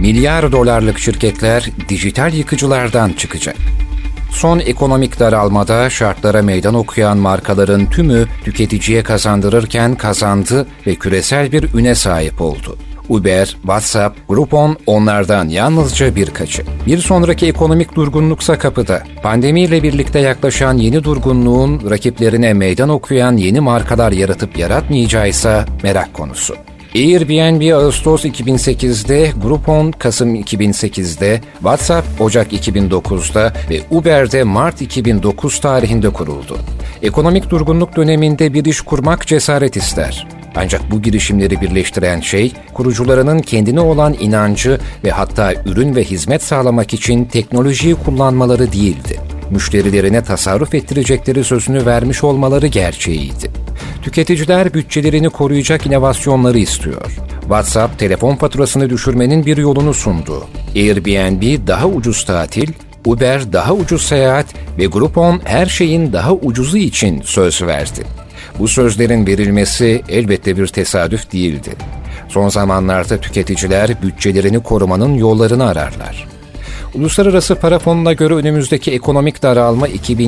Milyar dolarlık şirketler dijital yıkıcılardan çıkacak. Son ekonomik daralmada şartlara meydan okuyan markaların tümü tüketiciye kazandırırken kazandı ve küresel bir üne sahip oldu. Uber, WhatsApp, Groupon onlardan yalnızca birkaçı. Bir sonraki ekonomik durgunluksa kapıda. Pandemiyle birlikte yaklaşan yeni durgunluğun rakiplerine meydan okuyan yeni markalar yaratıp yaratmayacağıysa merak konusu. Airbnb Ağustos 2008'de, Groupon Kasım 2008'de, WhatsApp Ocak 2009'da ve Uber de Mart 2009 tarihinde kuruldu. Ekonomik durgunluk döneminde bir iş kurmak cesaret ister. Ancak bu girişimleri birleştiren şey, kurucularının kendine olan inancı ve hatta ürün ve hizmet sağlamak için teknolojiyi kullanmaları değildi. Müşterilerine tasarruf ettirecekleri sözünü vermiş olmaları gerçeğiydi. Tüketiciler bütçelerini koruyacak inovasyonları istiyor. WhatsApp, telefon faturasını düşürmenin bir yolunu sundu. Airbnb daha ucuz tatil, Uber daha ucuz seyahat ve Groupon her şeyin daha ucuzu için söz verdi. Bu sözlerin verilmesi elbette bir tesadüf değildi. Son zamanlarda tüketiciler bütçelerini korumanın yollarını ararlar. Uluslararası Para Fonu'na göre önümüzdeki ekonomik daralma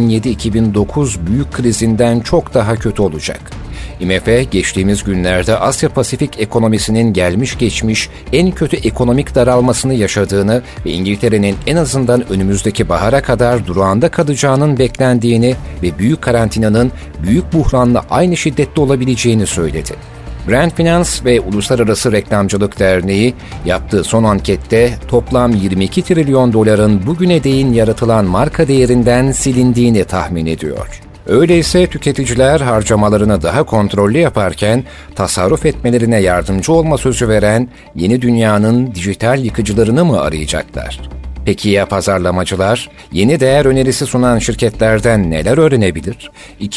2007-2009 büyük krizinden çok daha kötü olacak. IMF geçtiğimiz günlerde Asya-Pasifik ekonomisinin gelmiş geçmiş en kötü ekonomik daralmasını yaşadığını ve İngiltere'nin en azından önümüzdeki bahara kadar durağında kalacağının beklendiğini ve büyük karantinanın büyük buhranla aynı şiddette olabileceğini söyledi. Brand Finance ve Uluslararası Reklamcılık Derneği yaptığı son ankette toplam 22 trilyon doların bugüne değin yaratılan marka değerinden silindiğini tahmin ediyor. Öyleyse tüketiciler harcamalarını daha kontrollü yaparken tasarruf etmelerine yardımcı olma sözü veren yeni dünyanın dijital yıkıcılarını mı arayacaklar? Peki ya pazarlamacılar? Yeni değer önerisi sunan şirketlerden neler öğrenebilir?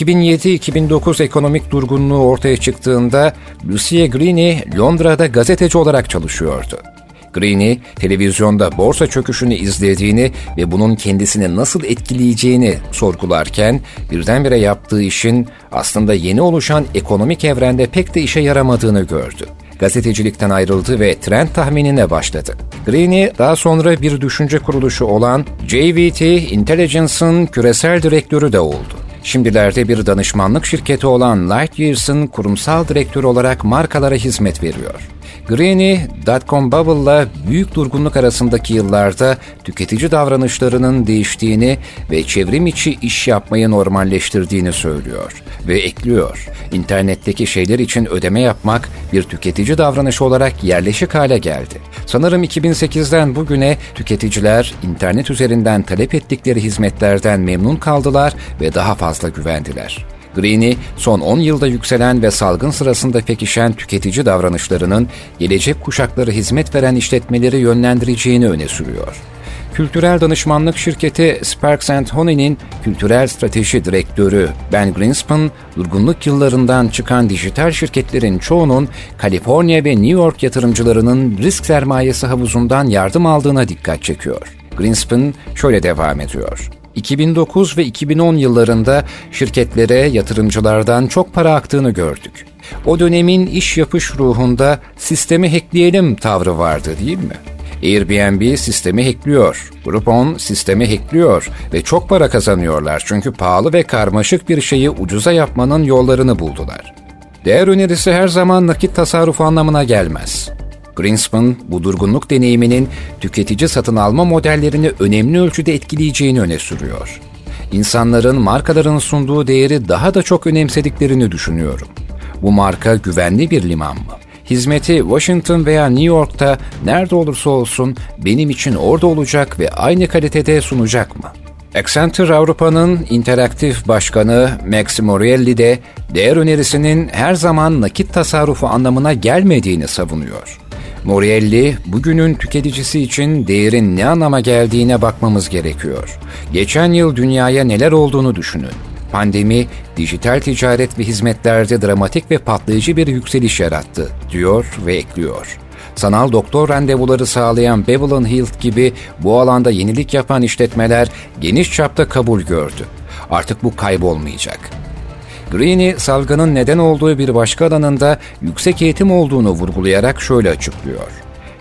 2007-2009 ekonomik durgunluğu ortaya çıktığında Lucia Greene Londra'da gazeteci olarak çalışıyordu. Greene, televizyonda borsa çöküşünü izlediğini ve bunun kendisini nasıl etkileyeceğini sorgularken birdenbire yaptığı işin aslında yeni oluşan ekonomik evrende pek de işe yaramadığını gördü. Gazetecilikten ayrıldı ve trend tahminine başladı. Greene daha sonra bir düşünce kuruluşu olan JVT Intelligence'ın küresel direktörü de oldu. Şimdilerde bir danışmanlık şirketi olan Lightyears'ın kurumsal direktörü olarak markalara hizmet veriyor. Greene, dot-com bubble'la büyük durgunluk arasındaki yıllarda tüketici davranışlarının değiştiğini ve çevrim içi iş yapmayı normalleştirdiğini söylüyor. Ve ekliyor, internetteki şeyler için ödeme yapmak bir tüketici davranışı olarak yerleşik hale geldi. Sanırım 2008'den bugüne tüketiciler internet üzerinden talep ettikleri hizmetlerden memnun kaldılar ve daha fazla güvendiler. Greene, son 10 yılda yükselen ve salgın sırasında pekişen tüketici davranışlarının gelecek kuşaklara hizmet veren işletmeleri yönlendireceğini öne sürüyor. Kültürel danışmanlık şirketi Sparks & Honey'nin kültürel strateji direktörü Ben Greenspan, durgunluk yıllarından çıkan dijital şirketlerin çoğunun Kaliforniya ve New York yatırımcılarının risk sermayesi havuzundan yardım aldığına dikkat çekiyor. Greenspan şöyle devam ediyor. 2009 ve 2010 yıllarında şirketlere yatırımcılardan çok para aktığını gördük. O dönemin iş yapış ruhunda sistemi hackleyelim tavrı vardı değil mi? Airbnb sistemi hackliyor, Groupon sistemi hackliyor ve çok para kazanıyorlar çünkü pahalı ve karmaşık bir şeyi ucuza yapmanın yollarını buldular. Değer önerisi her zaman nakit tasarrufu anlamına gelmez. Greenspan, bu durgunluk deneyiminin tüketici satın alma modellerini önemli ölçüde etkileyeceğini öne sürüyor. İnsanların markaların sunduğu değeri daha da çok önemsediklerini düşünüyorum. Bu marka güvenli bir liman mı? Hizmeti Washington veya New York'ta nerede olursa olsun benim için orada olacak ve aynı kalitede sunacak mı? Accenture Avrupa'nın interaktif başkanı Max Morelli de değer önerisinin her zaman nakit tasarrufu anlamına gelmediğini savunuyor. Morelli, bugünün tüketicisi için değerin ne anlama geldiğine bakmamız gerekiyor. Geçen yıl dünyaya neler olduğunu düşünün. Pandemi, dijital ticaret ve hizmetlerde dramatik ve patlayıcı bir yükseliş yarattı, diyor ve ekliyor. Sanal doktor randevuları sağlayan Babylon Health gibi bu alanda yenilik yapan işletmeler geniş çapta kabul gördü. Artık bu kaybolmayacak. Greene, salgının neden olduğu bir başka alanında yüksek eğitim olduğunu vurgulayarak şöyle açıklıyor.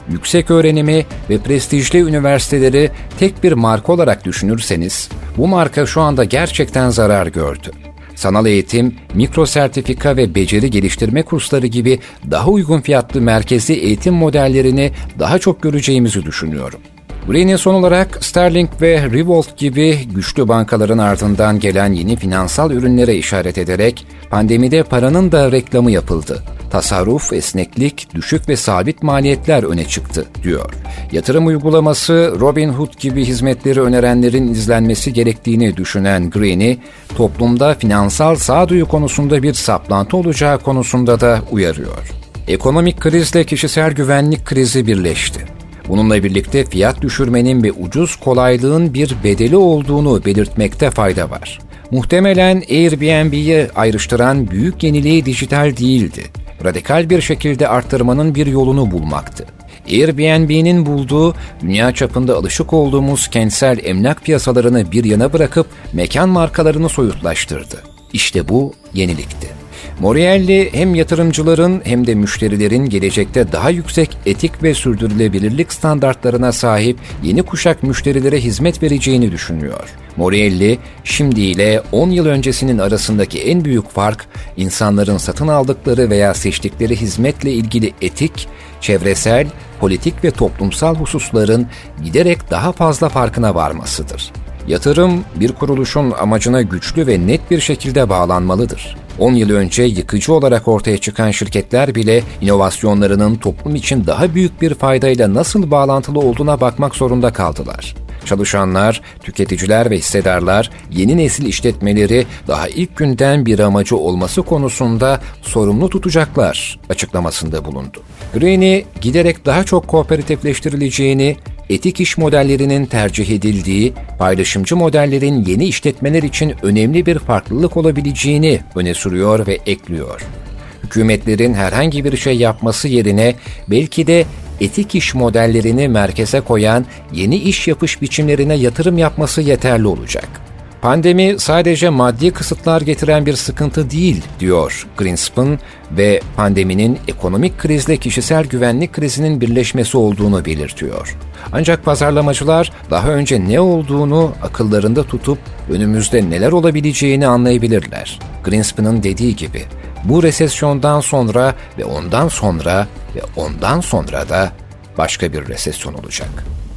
yüksek öğrenimi ve prestijli üniversiteleri tek bir marka olarak düşünürseniz, bu marka şu anda gerçekten zarar gördü. Sanal eğitim, mikro sertifika ve beceri geliştirme kursları gibi daha uygun fiyatlı merkezi eğitim modellerini daha çok göreceğimizi düşünüyorum. Greene son olarak Sterling ve Revolt gibi güçlü bankaların ardından gelen yeni finansal ürünlere işaret ederek pandemide paranın da reklamı yapıldı. Tasarruf, esneklik, düşük ve sabit maliyetler öne çıktı, diyor. Yatırım uygulaması Robinhood gibi hizmetleri önerenlerin izlenmesi gerektiğini düşünen Greene, toplumda finansal sağduyu konusunda bir saplantı olacağı konusunda da uyarıyor. Ekonomik krizle kişisel güvenlik krizi birleşti. Bununla birlikte fiyat düşürmenin ve ucuz kolaylığın bir bedeli olduğunu belirtmekte fayda var. Muhtemelen Airbnb'yi ayrıştıran büyük yeniliği dijital değildi. Radikal bir şekilde arttırmanın bir yolunu bulmaktı. Airbnb'nin bulduğu, dünya çapında alışık olduğumuz kentsel emlak piyasalarını bir yana bırakıp mekan markalarını soyutlaştırdı. İşte bu yenilikti. Morelli hem yatırımcıların hem de müşterilerin gelecekte daha yüksek etik ve sürdürülebilirlik standartlarına sahip yeni kuşak müşterilere hizmet vereceğini düşünüyor. Morelli, şimdi ile 10 yıl öncesinin arasındaki en büyük fark, insanların satın aldıkları veya seçtikleri hizmetle ilgili etik, çevresel, politik ve toplumsal hususların giderek daha fazla farkına varmasıdır. Yatırım, bir kuruluşun amacına güçlü ve net bir şekilde bağlanmalıdır. 10 yıl önce yıkıcı olarak ortaya çıkan şirketler bile inovasyonlarının toplum için daha büyük bir faydayla nasıl bağlantılı olduğuna bakmak zorunda kaldılar. Çalışanlar, tüketiciler ve hissedarlar yeni nesil işletmeleri daha ilk günden bir amacı olması konusunda sorumlu tutacaklar açıklamasında bulundu. Greene, giderek daha çok kooperatifleştirileceğini, etik iş modellerinin tercih edildiği, paylaşımcı modellerin yeni işletmeler için önemli bir farklılık olabileceğini öne sürüyor ve ekliyor. Hükümetlerin herhangi bir şey yapması yerine belki de etik iş modellerini merkeze koyan yeni iş yapış biçimlerine yatırım yapması yeterli olacak. Pandemi sadece maddi kısıtlar getiren bir sıkıntı değil, diyor Greenspan ve pandeminin ekonomik krizle kişisel güvenlik krizinin birleşmesi olduğunu belirtiyor. Ancak pazarlamacılar daha önce ne olduğunu akıllarında tutup önümüzde neler olabileceğini anlayabilirler. Greenspan'ın dediği gibi, bu resesyondan sonra ve ondan sonra ve ondan sonra da başka bir resesyon olacak.